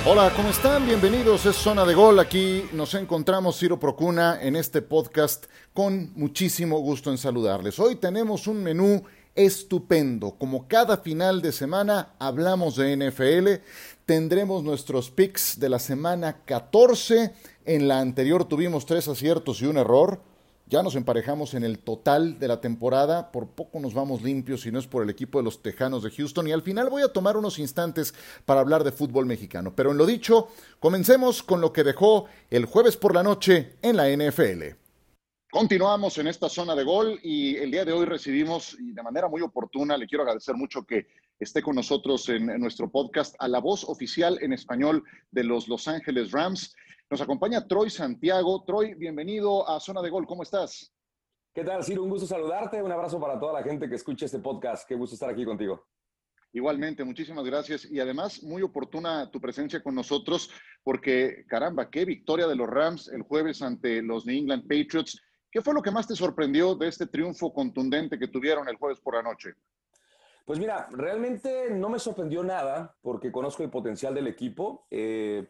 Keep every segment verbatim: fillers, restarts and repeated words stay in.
Hola, ¿cómo están? Bienvenidos, es Zona de Gol. Aquí nos encontramos Ciro Procuna en este podcast con muchísimo gusto en saludarles. Hoy tenemos un menú estupendo. Como cada final de semana hablamos de N F L, tendremos nuestros picks de la semana catorce. En la anterior tuvimos tres aciertos y un error. Ya nos emparejamos en el total de la temporada, por poco nos vamos limpios si no es por el equipo de los Tejanos de Houston, y al final voy a tomar unos instantes para hablar de fútbol mexicano. Pero en lo dicho, comencemos con lo que dejó el jueves por la noche en la N F L. Continuamos en esta zona de gol y el día de hoy recibimos, y de manera muy oportuna, le quiero agradecer mucho que esté con nosotros en, en nuestro podcast, a la voz oficial en español de los Los Ángeles Rams. Nos acompaña Troy Santiago. Troy, bienvenido a Zona de Gol. ¿Cómo estás? ¿Qué tal, Ciro? Un gusto saludarte. Un abrazo para toda la gente que escucha este podcast. Qué gusto estar aquí contigo. Igualmente, muchísimas gracias. Y además, muy oportuna tu presencia con nosotros porque, caramba, qué victoria de los Rams el jueves ante los New England Patriots. ¿Qué fue lo que más te sorprendió de este triunfo contundente que tuvieron el jueves por la noche? Pues mira, realmente no me sorprendió nada porque conozco el potencial del equipo. Eh,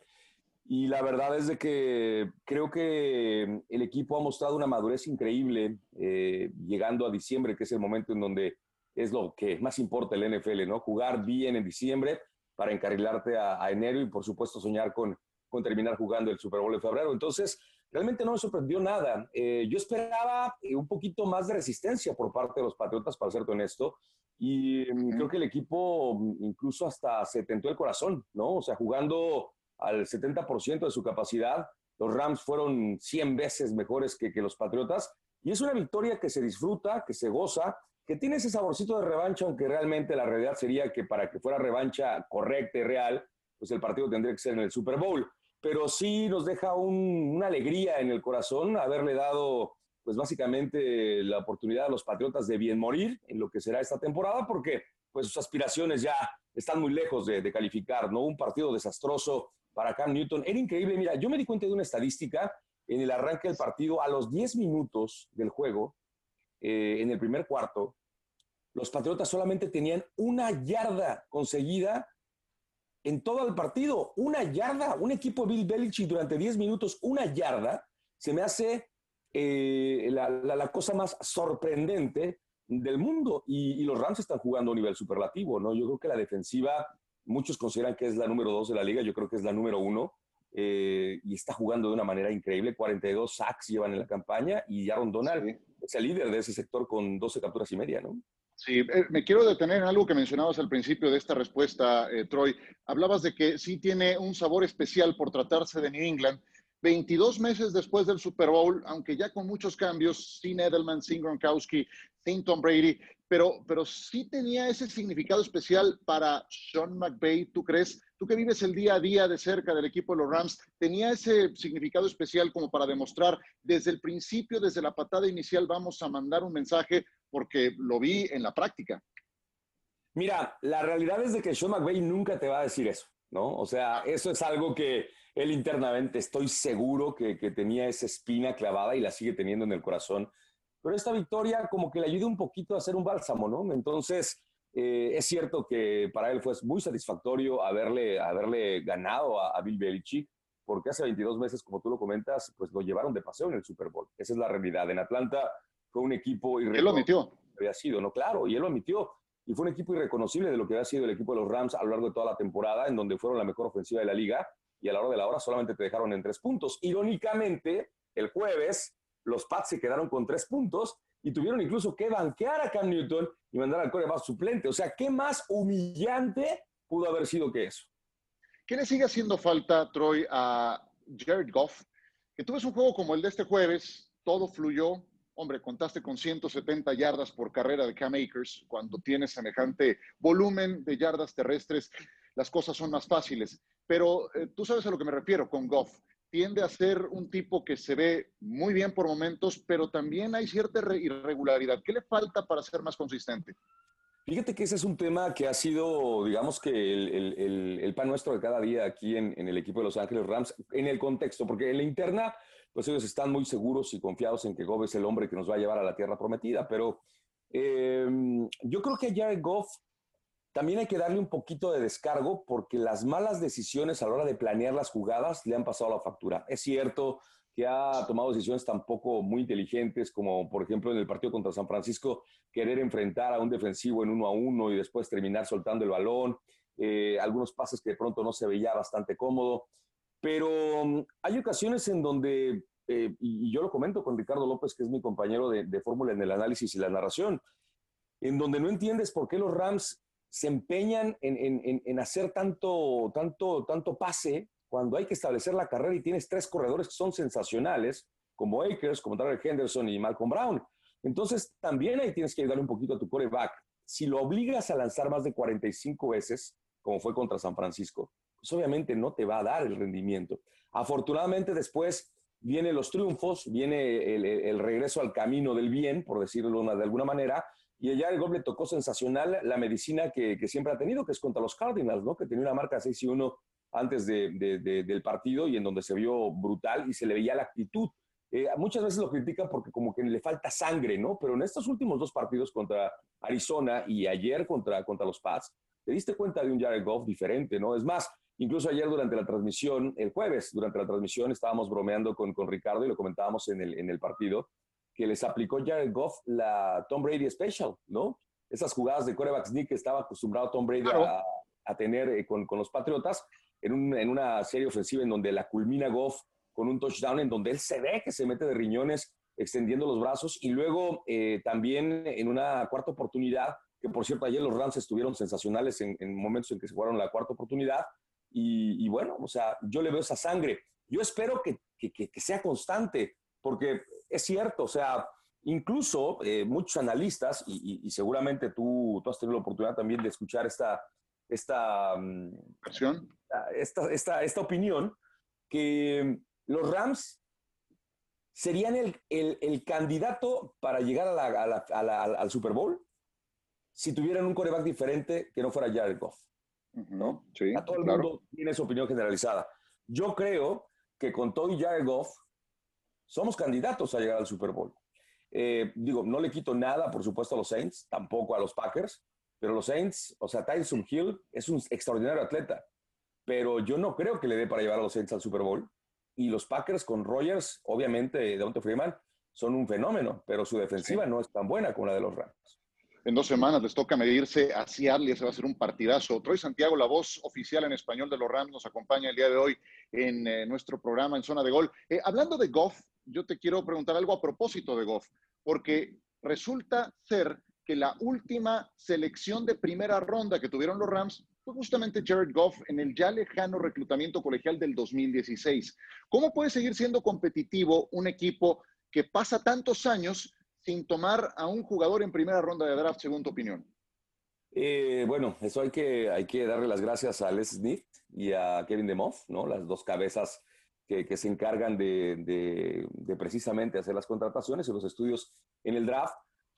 Y la verdad es de que creo que el equipo ha mostrado una madurez increíble eh, llegando a diciembre, que es el momento en donde es lo que más importa el N F L, ¿no? Jugar bien en diciembre para encarrilarte a, a enero y, por supuesto, soñar con, con terminar jugando el Super Bowl en febrero. Entonces, realmente no me sorprendió nada. Eh, yo esperaba un poquito más de resistencia por parte de los Patriotas, para serte honesto, y um, creo que el equipo incluso hasta se tentó el corazón, ¿no? O sea, jugando al setenta por ciento de su capacidad. Los Rams fueron cien veces mejores que, que los Patriotas. Y es una victoria que se disfruta, que se goza, que tiene ese saborcito de revancha, aunque realmente la realidad sería que para que fuera revancha correcta y real, pues el partido tendría que ser en el Super Bowl. Pero sí nos deja un, una alegría en el corazón haberle dado, pues básicamente, la oportunidad a los Patriotas de bien morir en lo que será esta temporada, porque pues sus aspiraciones ya están muy lejos de, de calificar, ¿no? Un partido desastroso para Cam Newton. Era increíble. Mira, yo me di cuenta de una estadística en el arranque del partido. A los diez minutos del juego, eh, en el primer cuarto, los Patriotas solamente tenían una yarda conseguida en todo el partido. Una yarda. Un equipo de Bill Belichick durante diez minutos, una yarda, se me hace eh, la, la, la cosa más sorprendente del mundo. Y, y los Rams están jugando a un nivel superlativo, ¿no? Yo creo que la defensiva, muchos consideran que es la número dos de la liga, yo creo que es la número uno, eh, y está jugando de una manera increíble. cuarenta y dos sacks llevan en la campaña, y Aaron Donald sí. es el líder de ese sector con doce capturas y media, ¿no? Sí, eh, me quiero detener en algo que mencionabas al principio de esta respuesta, eh, Troy. Hablabas de que sí tiene un sabor especial por tratarse de New England. veintidós meses después del Super Bowl, aunque ya con muchos cambios, sin Edelman, sin Gronkowski, sin Tom Brady, pero, pero sí tenía ese significado especial para Sean McVay, ¿tú crees? Tú que vives el día a día de cerca del equipo de los Rams, ¿tenía ese significado especial como para demostrar desde el principio, desde la patada inicial, vamos a mandar un mensaje? Porque lo vi en la práctica. Mira, la realidad es de que Sean McVay nunca te va a decir eso, ¿no? O sea, eso es algo que él internamente estoy seguro que, que tenía esa espina clavada y la sigue teniendo en el corazón. Pero esta victoria como que le ayuda un poquito a hacer un bálsamo, ¿no? Entonces, eh, es cierto que para él fue muy satisfactorio haberle, haberle ganado a, a Bill Belichick, porque hace veintidós meses, como tú lo comentas, pues lo llevaron de paseo en el Super Bowl. Esa es la realidad. En Atlanta fue un equipo irreconocible. Él lo admitió. Había sido, ¿no? Claro, y él lo admitió. Y fue un equipo irreconocible de lo que había sido el equipo de los Rams a lo largo de toda la temporada, en donde fueron la mejor ofensiva de la liga, y a la hora de la hora solamente te dejaron en tres puntos. Irónicamente, el jueves, los Pats se quedaron con tres puntos y tuvieron incluso que banquear a Cam Newton y mandar al quarterback suplente. O sea, ¿qué más humillante pudo haber sido que eso? ¿Qué le sigue haciendo falta, Troy, a Jared Goff? Que tú ves un juego como el de este jueves, todo fluyó. Hombre, contaste con ciento setenta yardas por carrera de Cam Akers. Cuando tienes semejante volumen de yardas terrestres, las cosas son más fáciles. Pero eh, tú sabes a lo que me refiero con Goff. Tiende a ser un tipo que se ve muy bien por momentos, pero también hay cierta irregularidad. ¿Qué le falta para ser más consistente? Fíjate que ese es un tema que ha sido, digamos que el, el, el, el pan nuestro de cada día aquí en, en el equipo de Los Ángeles Rams, en el contexto, porque en la interna, pues ellos están muy seguros y confiados en que Goff es el hombre que nos va a llevar a la tierra prometida, pero eh, yo creo que Jared Goff también hay que darle un poquito de descargo porque las malas decisiones a la hora de planear las jugadas le han pasado la factura. Es cierto que ha tomado decisiones tampoco muy inteligentes, como por ejemplo en el partido contra San Francisco, querer enfrentar a un defensivo en uno a uno y después terminar soltando el balón, eh, algunos pases que de pronto no se veía bastante cómodo, pero um, hay ocasiones en donde, eh, y, y yo lo comento con Ricardo López, que es mi compañero de, de fórmula en el análisis y la narración, en donde no entiendes por qué los Rams se empeñan en, en, en hacer tanto, tanto, tanto pase cuando hay que establecer la carrera y tienes tres corredores que son sensacionales, como Akers, como Darrell Henderson y Malcolm Brown. Entonces, también ahí tienes que ayudarle un poquito a tu quarterback. Si lo obligas a lanzar más de cuarenta y cinco veces, como fue contra San Francisco, pues obviamente no te va a dar el rendimiento. Afortunadamente, después vienen los triunfos, viene el, el, el regreso al camino del bien, por decirlo de alguna manera, y a Jared Goff le tocó sensacional la medicina que, que siempre ha tenido, que es contra los Cardinals, ¿no? Que tenía una marca seis y uno antes de, de, de, del partido y en donde se vio brutal y se le veía la actitud. Eh, muchas veces lo critican porque como que le falta sangre, ¿no? Pero en estos últimos dos partidos contra Arizona y ayer contra, contra los Pats, te diste cuenta de un Jared Goff diferente, ¿no? Es más, incluso ayer durante la transmisión, el jueves durante la transmisión estábamos bromeando con, con Ricardo y lo comentábamos en el, en el partido, que les aplicó Jared Goff la Tom Brady Special, ¿no? Esas jugadas de quarterback sneak que estaba acostumbrado Tom Brady Claro. a, a tener eh, con, con los Patriotas en, un, en una serie ofensiva en donde la culmina Goff con un touchdown en donde él se ve que se mete de riñones extendiendo los brazos y luego eh, también en una cuarta oportunidad, que por cierto ayer los Rams estuvieron sensacionales en, en momentos en que se jugaron la cuarta oportunidad y, y bueno, o sea, yo le veo esa sangre. Yo espero que, que, que, que sea constante porque es cierto, o sea, incluso eh, muchos analistas, y, y, y seguramente tú, tú has tenido la oportunidad también de escuchar esta, esta, esta, esta, esta opinión, que los Rams serían el, el, el candidato para llegar a la, a la, a la, al Super Bowl si tuvieran un quarterback diferente que no fuera Jared Goff, ¿no? Uh-huh, sí, a todo el claro. mundo tiene su opinión generalizada. Yo creo que con todo y Jared Goff somos candidatos a llegar al Super Bowl. Eh, digo, no le quito nada, por supuesto, a los Saints, tampoco a los Packers, pero los Saints, o sea, Tyson Hill es un extraordinario atleta, pero yo no creo que le dé para llevar a los Saints al Super Bowl. Y los Packers con Rodgers, obviamente, Devonta Freeman, son un fenómeno, pero su defensiva sí. no es tan buena como la de los Rams. En dos semanas les toca medirse a Seattle y ese va a ser un partidazo. Troy Santiago, la voz oficial en español de los Rams, nos acompaña el día de hoy en eh, nuestro programa en Zona de Gol. Eh, hablando de Goff, yo te quiero preguntar algo a propósito de Goff, porque resulta ser que la última selección de primera ronda que tuvieron los Rams fue justamente Jared Goff en el ya lejano reclutamiento colegial del dos mil dieciséis. ¿Cómo puede seguir siendo competitivo un equipo que pasa tantos años sin tomar a un jugador en primera ronda de draft, según tu opinión? Eh, bueno, eso hay que, hay que darle las gracias a Les Smith y a Kevin DeMoff, ¿no? Las dos cabezas que, que se encargan de, de, de precisamente hacer las contrataciones y los estudios en el draft,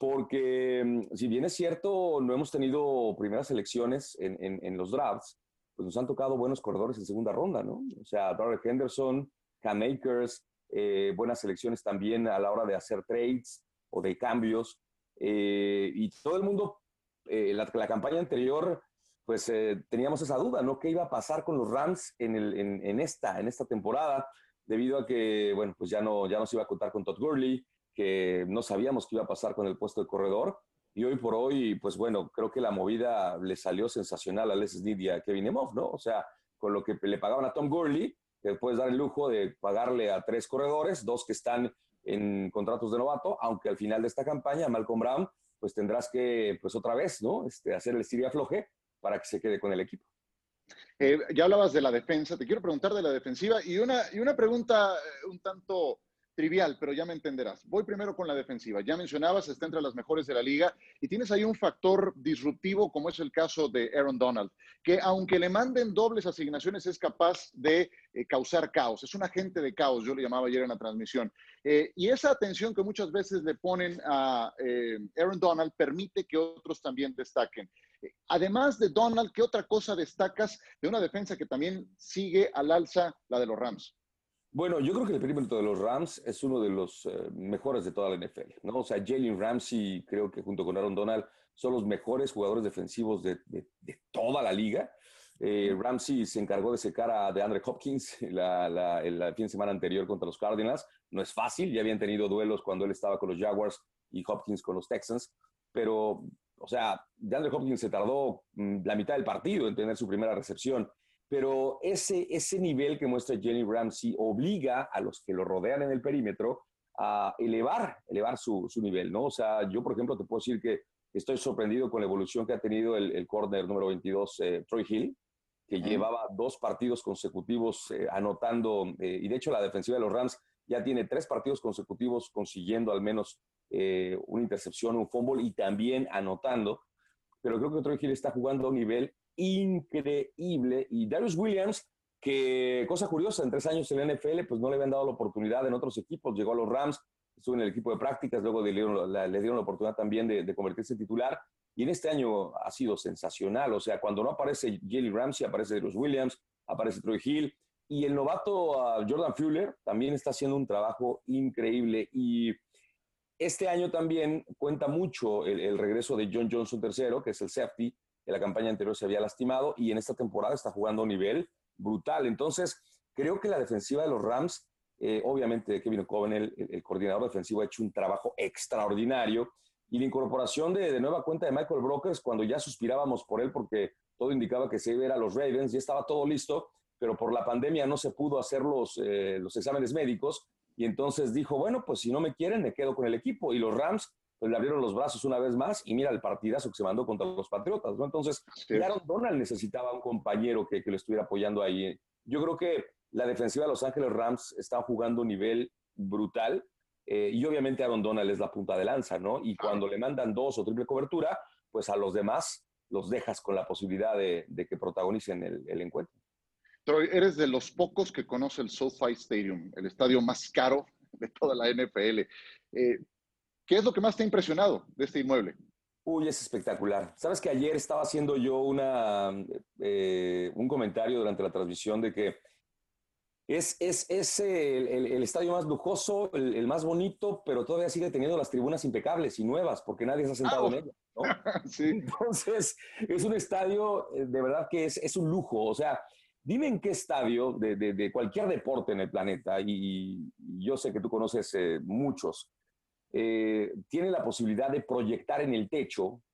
porque si bien es cierto, no hemos tenido primeras selecciones en, en, en los drafts, pues nos han tocado buenos corredores en segunda ronda, ¿no? O sea, Darrell Henderson, Cam Akers, eh, buenas selecciones también a la hora de hacer trades o de cambios, eh, y todo el mundo, eh, la, la campaña anterior, pues eh, teníamos esa duda, ¿no? ¿Qué iba a pasar con los Rams en, el, en, en, esta, en esta temporada? Debido a que, bueno, pues ya no, ya no se iba a contar con Todd Gurley, que no sabíamos qué iba a pasar con el puesto de corredor, y hoy por hoy, pues bueno, creo que la movida le salió sensacional a Les Snead y a Kevin DeMoff, ¿no? O sea, con lo que le pagaban a Tom Gurley, que puedes dar el lujo de pagarle a tres corredores, dos que están en contratos de novato, aunque al final de esta campaña, Malcolm Brown, pues tendrás que, pues otra vez, ¿no? Este, hacer el estilo y afloje para que se quede con el equipo. Eh, ya hablabas de la defensa, te quiero preguntar de la defensiva y una, y una pregunta un tanto trivial, pero ya me entenderás. Voy primero con la defensiva. Ya mencionabas, está entre las mejores de la liga y tienes ahí un factor disruptivo como es el caso de Aaron Donald, que aunque le manden dobles asignaciones es capaz de eh, causar caos. Es un agente de caos, yo le llamaba ayer en la transmisión. Eh, y esa atención que muchas veces le ponen a eh, Aaron Donald permite que otros también destaquen. Además de Donald, ¿qué otra cosa destacas de una defensa que también sigue al alza, la de los Rams? Bueno, yo creo que el perímetro de los Rams es uno de los eh, mejores de toda la N F L, ¿no? O sea, Jalen Ramsey, creo que junto con Aaron Donald, son los mejores jugadores defensivos de, de, de toda la liga. Eh, Ramsey se encargó de secar a DeAndre Hopkins la, la, el, el fin de semana anterior contra los Cardinals. No es fácil, ya habían tenido duelos cuando él estaba con los Jaguars y Hopkins con los Texans, pero, o sea, DeAndre Hopkins se tardó mm, la mitad del partido en tener su primera recepción. Pero ese, ese nivel que muestra Jalen Ramsey obliga a los que lo rodean en el perímetro a elevar, elevar su, su nivel, ¿no? O sea, yo, por ejemplo, te puedo decir que estoy sorprendido con la evolución que ha tenido el, el corner número veintidós, eh, Troy Hill, que uh-huh. llevaba dos partidos consecutivos eh, anotando, eh, y de hecho la defensiva de los Rams ya tiene tres partidos consecutivos consiguiendo al menos eh, una intercepción, un fumble y también anotando. Pero creo que Troy Hill está jugando a un nivel increíble. Y Darius Williams, que cosa curiosa, en tres años en la N F L, pues no le habían dado la oportunidad en otros equipos. Llegó a los Rams, estuvo en el equipo de prácticas, luego le dieron la, le dieron la oportunidad también de, de convertirse en titular. Y en este año ha sido sensacional. O sea, cuando no aparece Jalen Ramsey, aparece Darius Williams, aparece Troy Hill. Y el novato uh, Jordan Fuller también está haciendo un trabajo increíble. Y este año también cuenta mucho el, el regreso de John Johnson tercero, que es el safety. En la campaña anterior se había lastimado y en esta temporada está jugando a un nivel brutal. Entonces, creo que la defensiva de los Rams, eh, obviamente Kevin O'Connell, el, el coordinador defensivo, ha hecho un trabajo extraordinario y la incorporación de, de nueva cuenta de Michael Brockers, cuando ya suspirábamos por él porque todo indicaba que se iba a ir a los Ravens, ya estaba todo listo, pero por la pandemia no se pudo hacer los, eh, los exámenes médicos y entonces dijo, bueno, pues si no me quieren, me quedo con el equipo. Y los Rams pues le abrieron los brazos una vez más y mira el partidazo que se mandó contra los Patriotas, ¿no? Entonces, sí. Aaron Donald necesitaba un compañero que, que lo estuviera apoyando ahí. Yo creo que la defensiva de Los Ángeles Rams está jugando a un nivel brutal eh, y obviamente Aaron Donald es la punta de lanza, ¿no? Y cuando le mandan dos o triple cobertura, pues a los demás los dejas con la posibilidad de, de que protagonicen el, el encuentro. Troy, eres de los pocos que conoce el SoFi Stadium, el estadio más caro de toda la N F L. Eh, ¿Qué es lo que más te ha impresionado de este inmueble? Uy, es espectacular. Sabes que ayer estaba haciendo yo una, eh, un comentario durante la transmisión de que es, es, es el, el, el estadio más lujoso, el, el más bonito, pero todavía sigue teniendo las tribunas impecables y nuevas porque nadie se ha sentado ah, en ellas, ¿no? Sí. Entonces, es un estadio, de verdad que es, es un lujo. O sea, dime en qué estadio de, de, de cualquier deporte en el planeta, y, y yo sé que tú conoces eh, muchos, Eh, tiene la posibilidad de proyectar en el techo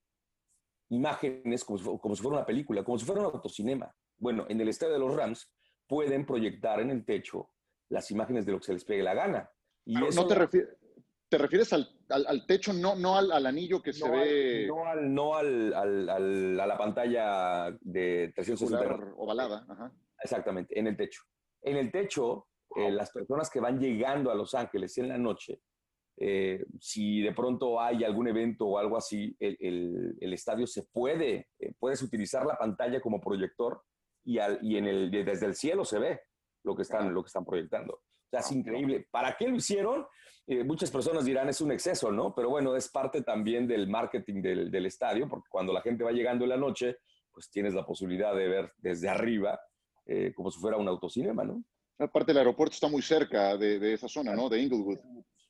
imágenes como si, como si fuera una película, como si fuera un autocinema. Bueno, en el estadio de los Rams pueden proyectar en el techo las imágenes de lo que se les pegue la gana. Y Pero eso, no te, refier te refieres al, al, al techo, no, no al, al anillo que no se al, ve... No, al, no al, al, al, a la pantalla de trescientos sesenta grados. Ovalada. Ajá. Exactamente, en el techo. En el techo, eh, las personas que van llegando a Los Ángeles en la noche, Eh, si de pronto hay algún evento o algo así, el, el, el estadio se puede, eh, puedes utilizar la pantalla como proyector y, al, y en el, desde el cielo se ve lo que están, lo que están proyectando. O sea, es increíble. ¿Para qué lo hicieron? Eh, muchas personas dirán es un exceso, ¿no? Pero bueno, es parte también del marketing del, del estadio, porque cuando la gente va llegando en la noche, pues tienes la posibilidad de ver desde arriba eh, como si fuera un autocinema, ¿no? Aparte, el aeropuerto está muy cerca de, de esa zona, ¿no? De Inglewood.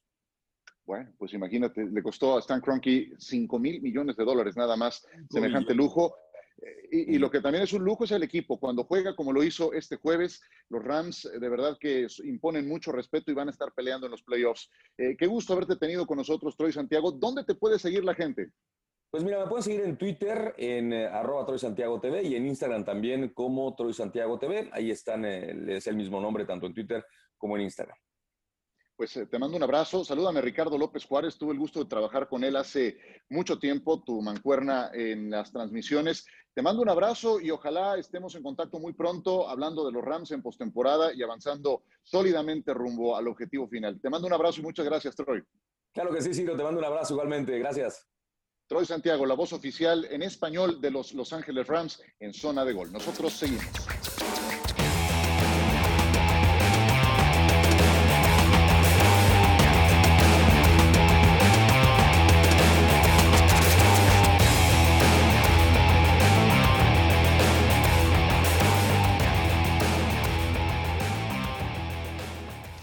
Bueno, pues imagínate, le costó a Stan Kroenke cinco mil millones de dólares nada más semejante lujo. Y, y lo que también es un lujo es el equipo. Cuando juega como lo hizo este jueves, los Rams de verdad que imponen mucho respeto y van a estar peleando en los playoffs. Eh, qué gusto haberte tenido con nosotros, Troy Santiago. ¿Dónde te puede seguir la gente? Pues mira, me pueden seguir en Twitter, en eh, arroba Troy Santiago T V y en Instagram también como Troy Santiago T V. Ahí están, eh, es el mismo nombre tanto en Twitter como en Instagram. Pues eh, te mando un abrazo. Salúdame a Ricardo López Juárez. Tuve el gusto de trabajar con él hace mucho tiempo, tu mancuerna en las transmisiones. Te mando un abrazo y ojalá estemos en contacto muy pronto hablando de los Rams en postemporada y avanzando sólidamente rumbo al objetivo final. Te mando un abrazo y muchas gracias, Troy. Claro que sí, Ciro. Te mando un abrazo igualmente. Gracias. Troy Santiago, la voz oficial en español de los Los Ángeles Rams en Zona de Gol. Nosotros seguimos.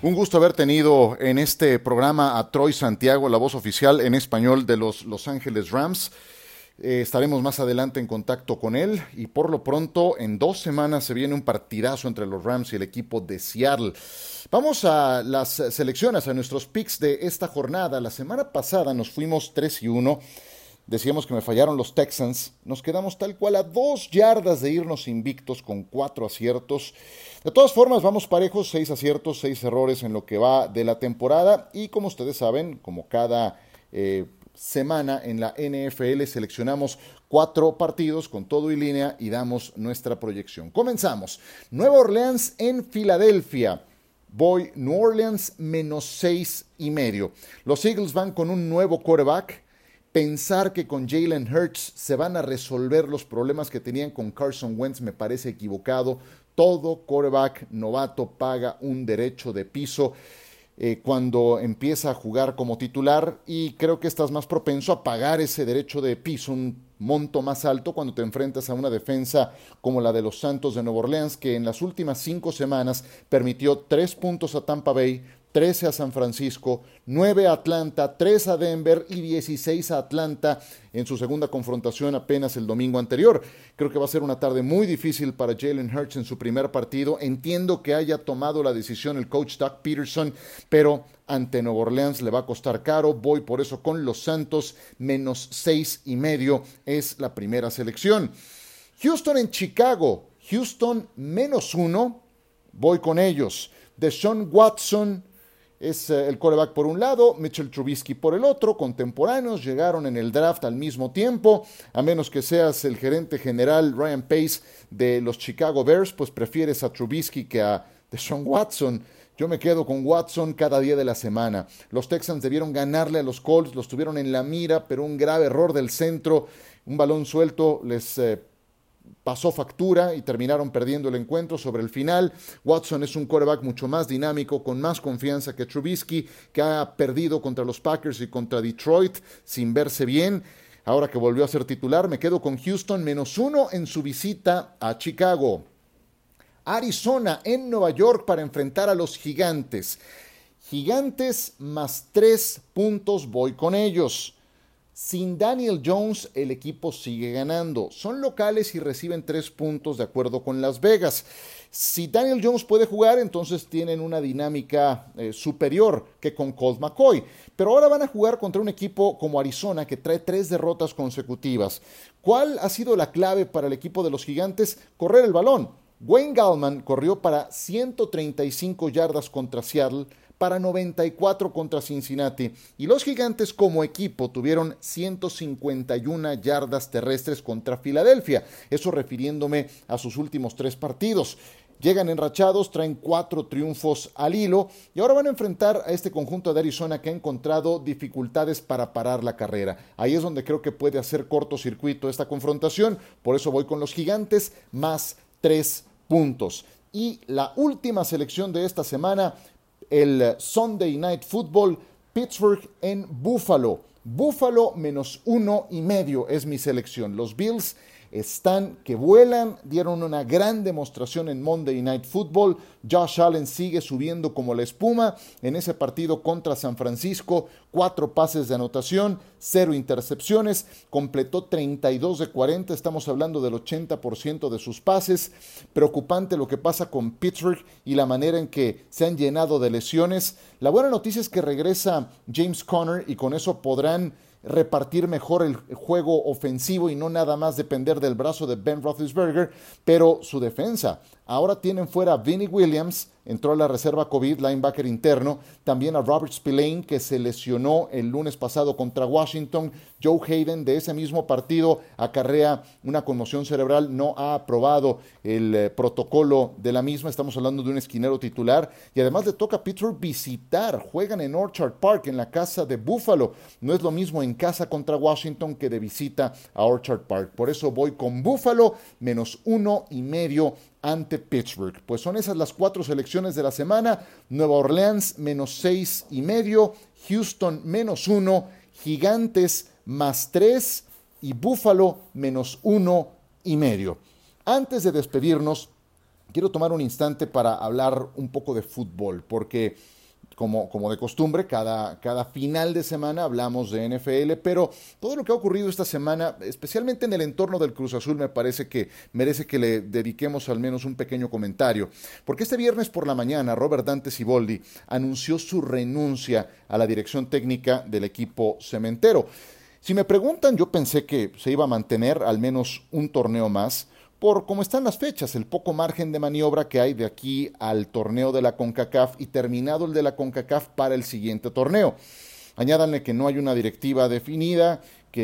Un gusto haber tenido en este programa a Troy Santiago, la voz oficial en español de los Los Ángeles Rams. Eh, estaremos más adelante en contacto con él y por lo pronto en dos semanas se viene un partidazo entre los Rams y el equipo de Seattle. Vamos a las selecciones, a nuestros picks de esta jornada. La semana pasada nos fuimos tres y uno. Decíamos que me fallaron los Texans. Nos quedamos tal cual a dos yardas de irnos invictos con cuatro aciertos. De todas formas, vamos parejos, seis aciertos, seis errores en lo que va de la temporada. Y como ustedes saben, como cada eh, semana en la N F L, seleccionamos cuatro partidos con todo y línea y damos nuestra proyección. Comenzamos. Nueva Orleans en Filadelfia. Voy New Orleans menos seis y medio. Los Eagles van con un nuevo quarterback. Pensar que con Jalen Hurts se van a resolver los problemas que tenían con Carson Wentz me parece equivocado. Todo quarterback novato paga un derecho de piso eh, cuando empieza a jugar como titular y creo que estás más propenso a pagar ese derecho de piso, un monto más alto cuando te enfrentas a una defensa como la de los Santos de Nueva Orleans, que en las últimas cinco semanas permitió tres puntos a Tampa Bay, trece a San Francisco, nueve a Atlanta, tres a Denver y dieciséis a Atlanta en su segunda confrontación apenas el domingo anterior. Creo que va a ser una tarde muy difícil para Jalen Hurts en su primer partido. Entiendo que haya tomado la decisión el coach Doug Peterson, pero ante Nueva Orleans le va a costar caro. Voy por eso con los Santos, menos seis y medio es la primera selección. Houston en Chicago, Houston menos uno, voy con ellos. Deshaun Watson es eh, el quarterback por un lado, Mitchell Trubisky por el otro, contemporáneos, llegaron en el draft al mismo tiempo, a menos que seas el gerente general Ryan Pace de los Chicago Bears, pues prefieres a Trubisky que a Deshaun Watson. Yo me quedo con Watson cada día de la semana. Los Texans debieron ganarle a los Colts, los tuvieron en la mira, pero un grave error del centro, un balón suelto les eh, pasó factura y terminaron perdiendo el encuentro sobre el final. Watson es un quarterback mucho más dinámico, con más confianza que Trubisky, que ha perdido contra los Packers y contra Detroit sin verse bien. Ahora que volvió a ser titular, me quedo con Houston menos uno en su visita a Chicago. Arizona en Nueva York para enfrentar a los Gigantes. Gigantes más tres puntos, voy con ellos. Sin Daniel Jones, el equipo sigue ganando. Son locales y reciben tres puntos de acuerdo con Las Vegas. Si Daniel Jones puede jugar, entonces tienen una dinámica eh, superior que con Colt McCoy. Pero ahora van a jugar contra un equipo como Arizona que trae tres derrotas consecutivas. ¿Cuál ha sido la clave para el equipo de los Gigantes? Correr el balón. Wayne Gallman corrió para ciento treinta y cinco yardas contra Seattle, para noventa y cuatro contra Cincinnati, y los Gigantes como equipo tuvieron ciento cincuenta y una yardas terrestres contra Filadelfia, eso refiriéndome a sus últimos tres partidos. Llegan enrachados, traen cuatro triunfos al hilo y ahora van a enfrentar a este conjunto de Arizona que ha encontrado dificultades para parar la carrera. Ahí es donde creo que puede hacer cortocircuito esta confrontación, por eso voy con los Gigantes más tres puntos. Y la última selección de esta semana, el Sunday Night Football, Pittsburgh en Buffalo. Buffalo menos uno y medio es mi selección. Los Bills están que vuelan, dieron una gran demostración en Monday Night Football. Josh Allen sigue subiendo como la espuma en ese partido contra San Francisco. Cuatro pases de anotación, cero intercepciones, completó treinta y dos de cuarenta, estamos hablando del ochenta por ciento de sus pases. Preocupante lo que pasa con Pittsburgh y la manera en que se han llenado de lesiones. La buena noticia es que regresa James Conner y con eso podrán repartir mejor el juego ofensivo y no nada más depender del brazo de Ben Roethlisberger, pero su defensa. Ahora tienen fuera a Vinnie Williams, entró a la reserva COVID, linebacker interno, también a Robert Spillane, que se lesionó el lunes pasado contra Washington. Joe Hayden, de ese mismo partido, acarrea una conmoción cerebral, no ha aprobado el eh, protocolo de la misma, estamos hablando de un esquinero titular, y además le toca a Pittsburgh visitar, juegan en Orchard Park, en la casa de Buffalo, no es lo mismo en casa contra Washington que de visita a Orchard Park, por eso voy con Buffalo, menos uno y medio ante Pittsburgh. Pues son esas las cuatro selecciones de la semana. Nueva Orleans menos seis y medio, Houston menos uno, Gigantes más tres y Buffalo menos uno y medio. Antes de despedirnos, quiero tomar un instante para hablar un poco de fútbol, porque Como, como de costumbre, cada, cada final de semana hablamos de N F L, pero todo lo que ha ocurrido esta semana, especialmente en el entorno del Cruz Azul, me parece que merece que le dediquemos al menos un pequeño comentario. Porque este viernes por la mañana, Robert Dante Siboldi anunció su renuncia a la dirección técnica del equipo cementero. Si me preguntan, yo pensé que se iba a mantener al menos un torneo más, por cómo están las fechas, el poco margen de maniobra que hay de aquí al torneo de la CONCACAF y terminado el de la CONCACAF para el siguiente torneo. Añádanle que no hay una directiva definida,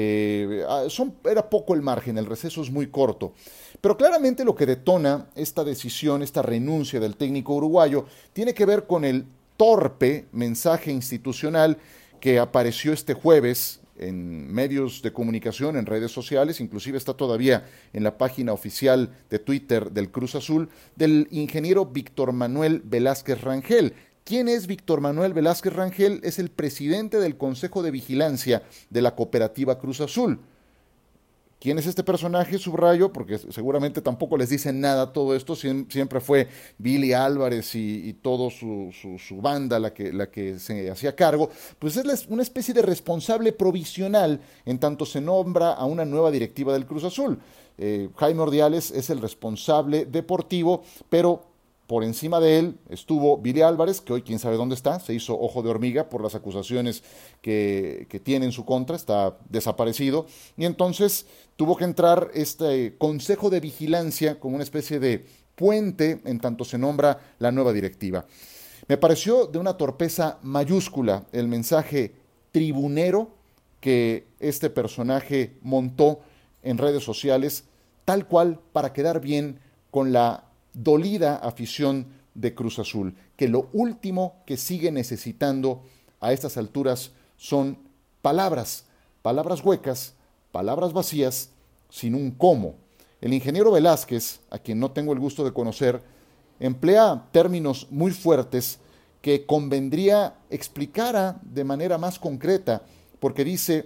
que son, era poco el margen, el receso es muy corto. Pero claramente lo que detona esta decisión, esta renuncia del técnico uruguayo, tiene que ver con el torpe mensaje institucional que apareció este jueves en medios de comunicación, en redes sociales, inclusive está todavía en la página oficial de Twitter del Cruz Azul, del ingeniero Víctor Manuel Velázquez Rangel. ¿Quién es Víctor Manuel Velázquez Rangel? Es el presidente del Consejo de Vigilancia de la Cooperativa Cruz Azul. ¿Quién es este personaje? Subrayo, porque seguramente tampoco les dicen nada todo esto, siempre fue Billy Álvarez y, y todo su, su, su banda la que, la que se hacía cargo. Pues es una especie de responsable provisional en tanto se nombra a una nueva directiva del Cruz Azul. Eh, Jaime Ordiales es el responsable deportivo, pero por encima de él estuvo Billy Álvarez, que hoy quién sabe dónde está, se hizo ojo de hormiga por las acusaciones que, que tiene en su contra, está desaparecido, y entonces tuvo que entrar este consejo de vigilancia como una especie de puente en tanto se nombra la nueva directiva. Me pareció de una torpeza mayúscula el mensaje tribunero que este personaje montó en redes sociales, tal cual para quedar bien con la dolida afición de Cruz Azul, que lo último que sigue necesitando a estas alturas son palabras, palabras huecas, palabras vacías, sin un cómo. El ingeniero Velázquez, a quien no tengo el gusto de conocer, emplea términos muy fuertes que convendría explicara de manera más concreta, porque dice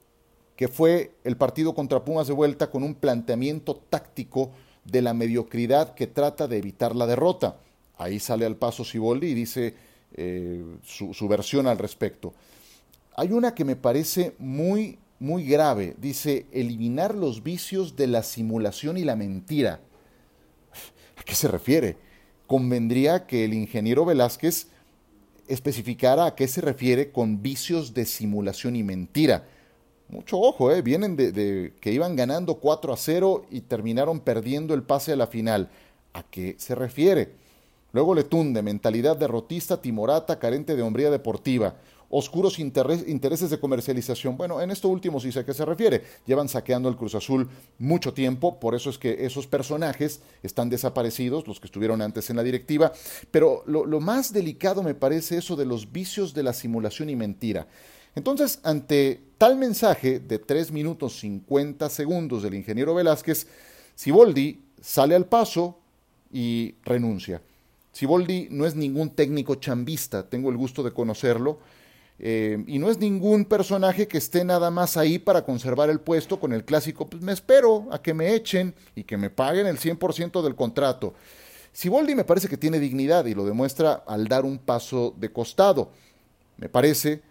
que fue el partido contra Pumas de vuelta con un planteamiento táctico de la mediocridad que trata de evitar la derrota. Ahí sale al paso Siboldi y dice eh, su, su versión al respecto. Hay una que me parece muy, muy grave. Dice, eliminar los vicios de la simulación y la mentira. ¿A qué se refiere? Convendría que el ingeniero Velázquez especificara a qué se refiere con vicios de simulación y mentira. Mucho ojo, ¿eh? Vienen de, de que iban ganando cuatro a cero y terminaron perdiendo el pase a la final. ¿A qué se refiere? Luego le tunde, mentalidad derrotista, timorata, carente de hombría deportiva, oscuros interés, intereses de comercialización. Bueno, en esto último sí sé a qué se refiere. Llevan saqueando el Cruz Azul mucho tiempo, por eso es que esos personajes están desaparecidos, los que estuvieron antes en la directiva. Pero lo, lo más delicado me parece eso de los vicios de la simulación y mentira. Entonces, ante tal mensaje de tres minutos cincuenta segundos del ingeniero Velázquez, Siboldi sale al paso y renuncia. Siboldi no es ningún técnico chambista, tengo el gusto de conocerlo, eh, y no es ningún personaje que esté nada más ahí para conservar el puesto con el clásico, pues me espero a que me echen y que me paguen el cien por ciento del contrato. Siboldi me parece que tiene dignidad y lo demuestra al dar un paso de costado. Me parece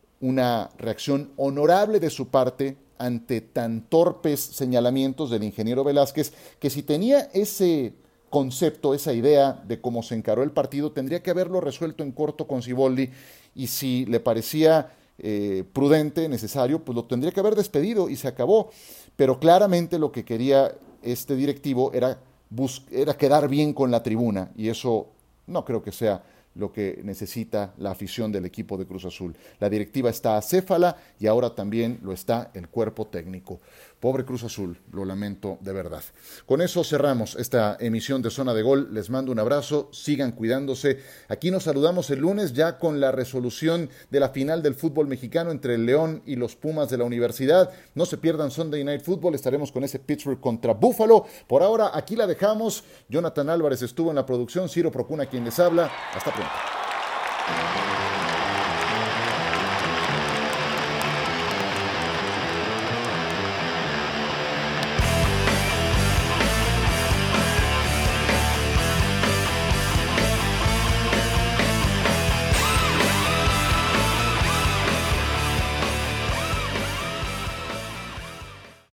una reacción honorable de su parte ante tan torpes señalamientos del ingeniero Velázquez, que si tenía ese concepto, esa idea de cómo se encaró el partido, tendría que haberlo resuelto en corto con Siboldi, y si le parecía eh, prudente, necesario, pues lo tendría que haber despedido y se acabó. Pero claramente lo que quería este directivo era, bus- era quedar bien con la tribuna, y eso no creo que sea lo que necesita la afición del equipo de Cruz Azul. La directiva está acéfala y ahora también lo está el cuerpo técnico. Pobre Cruz Azul, lo lamento de verdad. Con eso cerramos esta emisión de Zona de Gol. Les mando un abrazo, sigan cuidándose. Aquí nos saludamos el lunes ya con la resolución de la final del fútbol mexicano entre el León y los Pumas de la Universidad. No se pierdan Sunday Night Football, estaremos con ese Pittsburgh contra Buffalo. Por ahora, aquí la dejamos. Jonathan Álvarez estuvo en la producción, Ciro Procuna quien les habla. Hasta pronto.